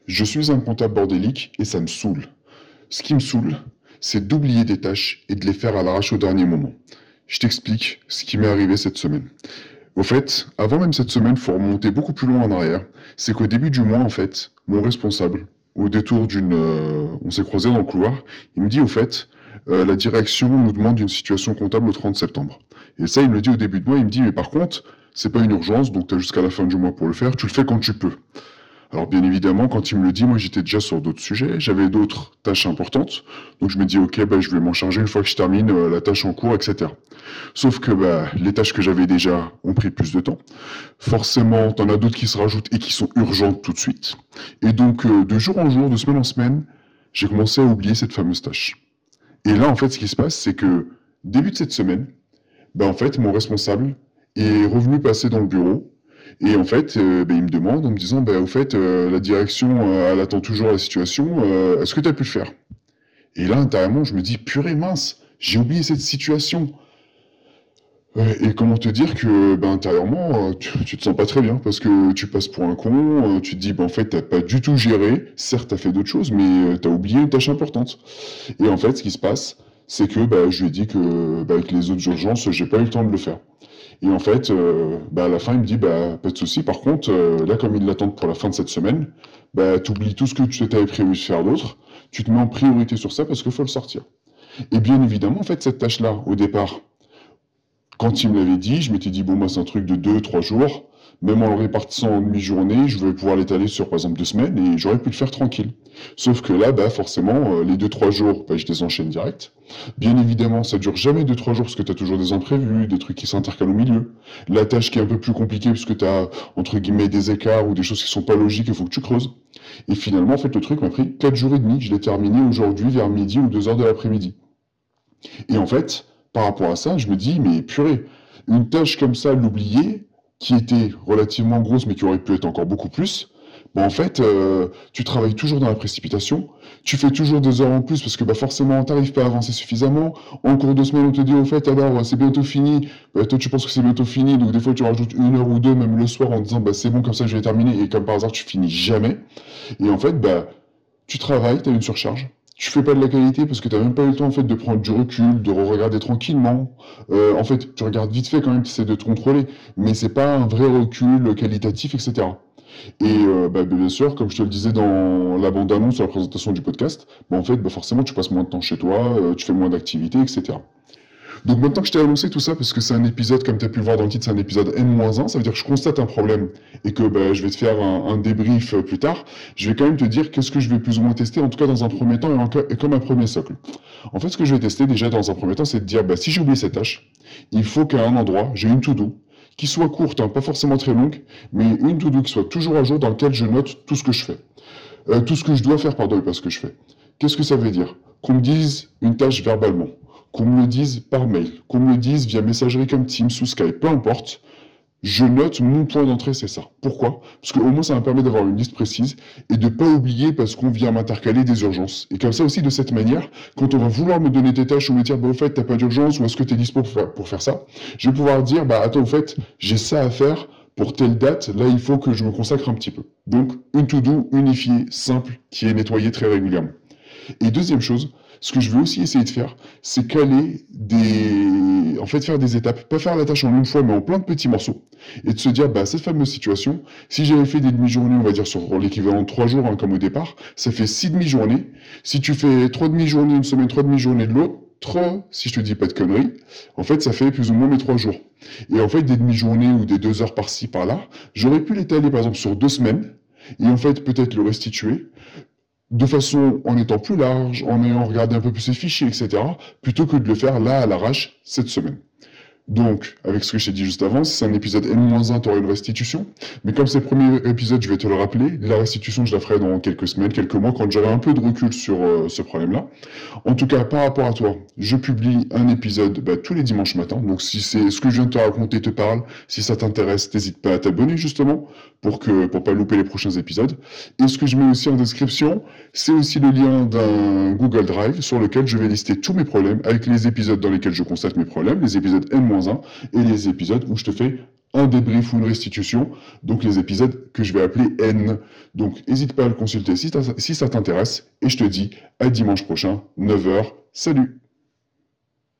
Je suis un comptable bordélique et ça me saoule. Ce qui me saoule, c'est d'oublier des tâches et de les faire à l'arrache au dernier moment. Je t'explique ce qui m'est arrivé cette semaine. Au fait, avant même cette semaine, il faut remonter beaucoup plus loin en arrière. C'est qu'au début du mois, en fait, mon responsable, au détour on s'est croisé dans le couloir, il me dit au fait, la direction nous demande une situation comptable au 30 septembre. Et ça, il me le dit au début de mois, il me dit, mais par contre, c'est pas une urgence, donc tu as jusqu'à la fin du mois pour le faire, tu le fais quand tu peux. Alors bien évidemment, quand il me le dit, moi j'étais déjà sur d'autres sujets, j'avais d'autres tâches importantes, donc je me dis ok, je vais m'en charger une fois que je termine la tâche en cours, etc. Sauf que les tâches que j'avais déjà ont pris plus de temps. Forcément, t'en as d'autres qui se rajoutent et qui sont urgentes tout de suite. Et donc de jour en jour, de semaine en semaine, j'ai commencé à oublier cette fameuse tâche. Et là, en fait, ce qui se passe, c'est que début de cette semaine, en fait, mon responsable est revenu passer dans le bureau. Et en fait, il me demande en me disant, au fait, la direction, elle attend toujours la situation, est-ce que tu as pu le faire? Et là, intérieurement, je me dis, purée mince, j'ai oublié cette situation. Et comment te dire que, intérieurement, tu te sens pas très bien, parce que tu passes pour un con, tu te dis, en fait, t'as pas du tout géré, certes, t'as fait d'autres choses, mais t'as oublié une tâche importante. Et en fait, ce qui se passe, c'est que je lui ai dit que, avec les autres urgences, j'ai pas eu le temps de le faire. Et en fait, à la fin, il me dit, pas de souci. Par contre, là, comme ils l'attendent pour la fin de cette semaine, t'oublies tout ce que tu t'avais prévu de faire d'autre. Tu te mets en priorité sur ça parce qu'il faut le sortir. Et bien évidemment, en fait, cette tâche-là, au départ, quand il me l'avait dit, je m'étais dit, bon, moi, c'est un truc de 2, 3 jours. Même en le répartissant en demi-journée, je vais pouvoir l'étaler sur, par exemple, 2 semaines et j'aurais pu le faire tranquille. Sauf que là, forcément, les 2, 3 jours, je les enchaîne direct. Bien évidemment, ça dure jamais 2, 3 jours parce que tu as toujours des imprévus, des trucs qui s'intercalent au milieu. La tâche qui est un peu plus compliquée parce que tu as, entre guillemets, des écarts ou des choses qui sont pas logiques, il faut que tu creuses. Et finalement, en fait, le truc m'a pris 4 jours et demi. Je l'ai terminé aujourd'hui vers midi ou 2 heures de l'après-midi. Et en fait, par rapport à ça, je me dis, mais purée, une tâche comme ça, l'oublier, qui était relativement grosse, mais qui aurait pu être encore beaucoup plus, en fait, tu travailles toujours dans la précipitation, tu fais toujours 2 heures en plus, parce que forcément, t'arrives pas à avancer suffisamment, en cours de semaine, on te dit, au fait, alors, c'est bientôt fini, toi, tu penses que c'est bientôt fini, donc des fois, tu rajoutes 1 heure ou 2, même le soir, en disant, c'est bon, comme ça, je vais terminer, et comme par hasard, tu finis jamais, et en fait, tu travailles, tu as une surcharge. Tu fais pas de la qualité parce que tu n'as même pas eu le temps en fait de prendre du recul, de regarder tranquillement. En fait, tu regardes vite fait quand même, tu essaies de te contrôler, mais c'est pas un vrai recul qualitatif, etc. Et bien sûr, comme je te le disais dans la bande-annonce sur la présentation du podcast, en fait, forcément, tu passes moins de temps chez toi, tu fais moins d'activités, etc. Donc maintenant que je t'ai annoncé tout ça, parce que c'est un épisode, comme tu as pu le voir dans le titre, c'est un épisode N-1, ça veut dire que je constate un problème et que je vais te faire un débrief plus tard, je vais quand même te dire qu'est-ce que je vais plus ou moins tester, en tout cas dans un premier temps et comme un premier socle. En fait, ce que je vais tester déjà dans un premier temps, c'est de dire, si j'ai oublié cette tâche, il faut qu'à un endroit, j'ai une to-do, qui soit courte, pas forcément très longue, mais une to-do qui soit toujours à jour dans laquelle je note tout ce que je fais. Tout ce que je dois faire, pardon, et pas ce que je fais. Qu'est-ce que ça veut dire? Qu'on me dise une tâche verbalement, qu'on me le dise par mail, qu'on me le dise via messagerie comme Teams ou Skype, peu importe, je note mon point d'entrée, c'est ça. Pourquoi? Parce qu'au moins ça me permet d'avoir une liste précise et de pas oublier parce qu'on vient m'intercaler des urgences. Et comme ça aussi, de cette manière, quand on va vouloir me donner des tâches ou me dire, au fait, t'as pas d'urgence ou est-ce que t'es dispo pour faire ça, je vais pouvoir dire, attends, au fait, j'ai ça à faire pour telle date, là il faut que je me consacre un petit peu. Donc, une to-do unifiée, simple, qui est nettoyée très régulièrement. Et deuxième chose, ce que je veux aussi essayer de faire, c'est caler en fait, faire des étapes, pas faire la tâche en une fois, mais en plein de petits morceaux, et de se dire, cette fameuse situation, si j'avais fait des demi-journées, on va dire sur l'équivalent de 3 jours, comme au départ, ça fait 6 demi-journées. Si tu fais 3 demi-journées une semaine, 3 demi-journées de l'autre, si je te dis pas de conneries, en fait, ça fait plus ou moins mes 3 jours. Et en fait, des demi-journées ou des 2 heures par-ci, par-là, j'aurais pu l'étaler, par exemple, sur 2 semaines, et en fait, peut-être le restituer, de façon en étant plus large, en ayant regardé un peu plus ses fichiers, etc., plutôt que de le faire là à l'arrache cette semaine. Donc, avec ce que je t'ai dit juste avant, si c'est un épisode N-1, tu auras une restitution. Mais comme c'est le premier épisode, je vais te le rappeler. La restitution, je la ferai dans quelques semaines, quelques mois, quand j'aurai un peu de recul sur ce problème-là. En tout cas, par rapport à toi, je publie un épisode tous les dimanches matins. Donc, si c'est ce que je viens de te raconter te parle, si ça t'intéresse, n'hésite pas à t'abonner justement pour pas louper les prochains épisodes. Et ce que je mets aussi en description, c'est aussi le lien d'un Google Drive sur lequel je vais lister tous mes problèmes avec les épisodes dans lesquels je constate mes problèmes, les épisodes N-1 et les épisodes où je te fais un débrief ou une restitution, donc les épisodes que je vais appeler N. Donc n'hésite pas à le consulter si ça t'intéresse, et je te dis à dimanche prochain, 9 h. Salut!